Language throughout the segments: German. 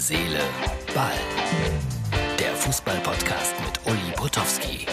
Seele, Ball. Der Fußball-Podcast mit Uli Potowski.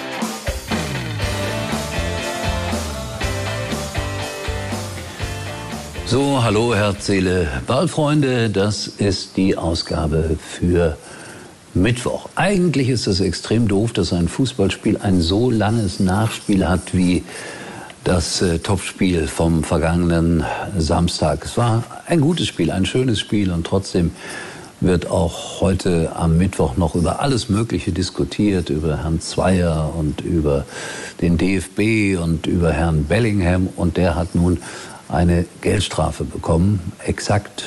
So, hallo Herz, Seele, Ball, Freunde. Das ist die Ausgabe für Mittwoch. Eigentlich ist es extrem doof, dass ein Fußballspiel ein so langes Nachspiel hat wie das Topspiel vom vergangenen Samstag. Es war ein gutes Spiel, ein schönes Spiel und trotzdem wird auch heute am Mittwoch noch über alles Mögliche diskutiert, über Herrn Zweier und über den DFB und über Herrn Bellingham. Und der hat nun eine Geldstrafe bekommen. Exakt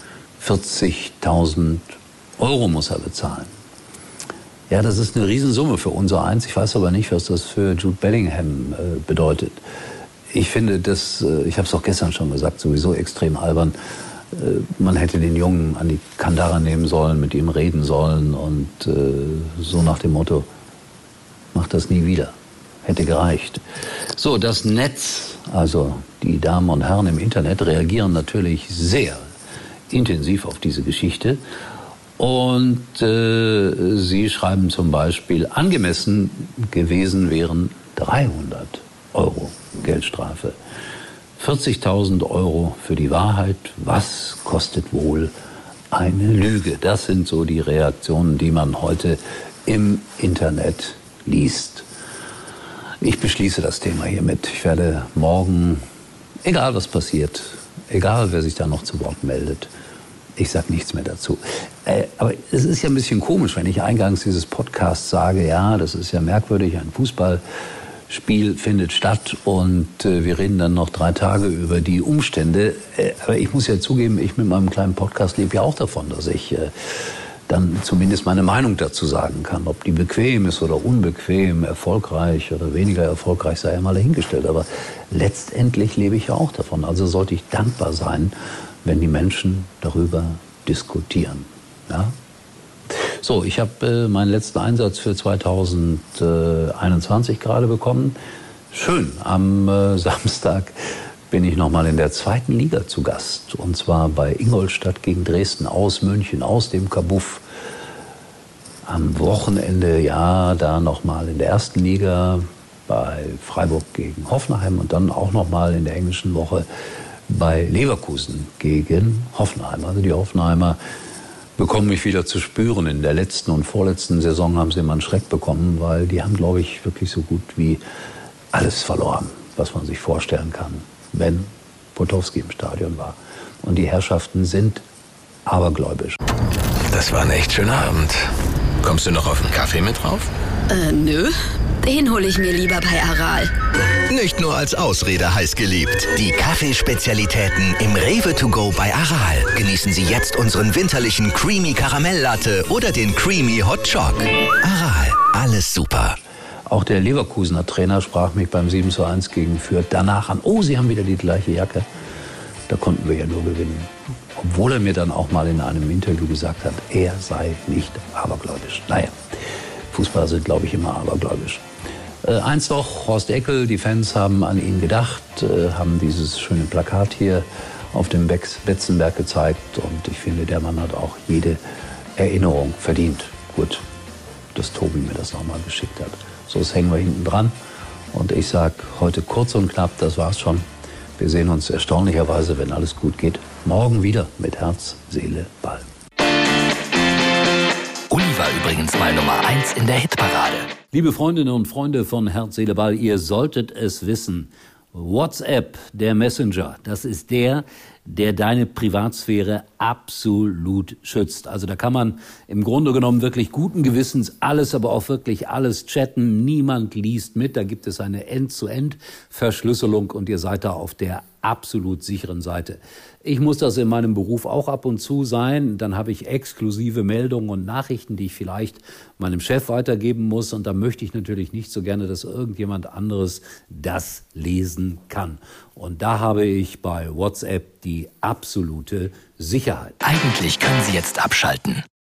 40.000 Euro muss er bezahlen. Ja, das ist eine Riesensumme für unser Eins. Ich weiß aber nicht, was das für Jude Bellingham bedeutet. Ich finde das, ich habe es auch gestern schon gesagt, sowieso extrem albern. Man hätte den Jungen an die Kandare nehmen sollen, mit ihm reden sollen und so nach dem Motto, mach das nie wieder. Hätte gereicht. So, das Netz, also die Damen und Herren im Internet, reagieren natürlich sehr intensiv auf diese Geschichte. Und sie schreiben zum Beispiel, angemessen gewesen wären 300 Euro Geldstrafe. 40.000 Euro für die Wahrheit. Was kostet wohl eine Lüge? Das sind so die Reaktionen, die man heute im Internet liest. Ich beschließe das Thema hiermit. Ich werde morgen, egal was passiert, egal wer sich da noch zu Wort meldet, ich sage nichts mehr dazu. Aber es ist ja ein bisschen komisch, wenn ich eingangs dieses Podcasts sage, ja, das ist ja merkwürdig, ein Fußballspiel findet statt und wir reden dann noch 3 Tage über die Umstände. Aber ich muss ja zugeben, ich mit meinem kleinen Podcast lebe ja auch davon, dass ich dann zumindest meine Meinung dazu sagen kann. Ob die bequem ist oder unbequem, erfolgreich oder weniger erfolgreich, sei ja mal dahingestellt. Aber letztendlich lebe ich ja auch davon. Also sollte ich dankbar sein, wenn die Menschen darüber diskutieren. Ja? So, ich habe meinen letzten Einsatz für 2021 gerade bekommen. Schön, am Samstag bin ich nochmal in der 2. Liga zu Gast. Und zwar bei Ingolstadt gegen Dresden aus München, aus dem Kabuff. Am Wochenende, ja, da nochmal in der 1. Liga bei Freiburg gegen Hoffenheim und dann auch nochmal in der englischen Woche bei Leverkusen gegen Hoffenheim. Also die Hoffenheimer bekommen mich wieder zu spüren. In der letzten und vorletzten Saison haben sie immer einen Schreck bekommen, weil die haben, glaube ich, wirklich so gut wie alles verloren, was man sich vorstellen kann, wenn Potowski im Stadion war. Und die Herrschaften sind abergläubisch. Das war ein echt schöner Abend. Kommst du noch auf einen Kaffee mit drauf? Nö. Den hole ich mir lieber bei Aral. Nicht nur als Ausrede heiß geliebt. Die Kaffeespezialitäten im Rewe to go bei Aral. Genießen Sie jetzt unseren winterlichen Creamy Karamell-Latte oder den Creamy Hot Choc. Aral, alles super. Auch der Leverkusener Trainer sprach mich beim 7:1 gegen Fürth danach an. Oh, Sie haben wieder die gleiche Jacke. Da konnten wir ja nur gewinnen. Obwohl er mir dann auch mal in einem Interview gesagt hat, er sei nicht abergläubisch. Naja, Fußballer sind, glaube ich, immer abergläubisch. Eins noch, Horst Eckel, die Fans haben an ihn gedacht, haben dieses schöne Plakat hier auf dem Betzenberg gezeigt. Und ich finde, der Mann hat auch jede Erinnerung verdient. Gut, dass Tobi mir das nochmal geschickt hat. So, das hängen wir hinten dran. Und ich sage heute kurz und knapp, das war's schon. Wir sehen uns erstaunlicherweise, wenn alles gut geht, morgen wieder mit Herz, Seele, Ball. Uli war übrigens mal Nummer 1 in der Hitparade. Liebe Freundinnen und Freunde von Herz, Seele, Ball, ihr solltet es wissen. WhatsApp, der Messenger, das ist der deine Privatsphäre absolut schützt. Also da kann man im Grunde genommen wirklich guten Gewissens alles, aber auch wirklich alles chatten. Niemand liest mit. Da gibt es eine End-zu-End-Verschlüsselung und ihr seid da auf der absolut sicheren Seite. Ich muss das in meinem Beruf auch ab und zu sein. Dann habe ich exklusive Meldungen und Nachrichten, die ich vielleicht meinem Chef weitergeben muss. Und da möchte ich natürlich nicht so gerne, dass irgendjemand anderes das lesen kann. Und da habe ich bei WhatsApp die absolute Sicherheit. Eigentlich können Sie jetzt abschalten.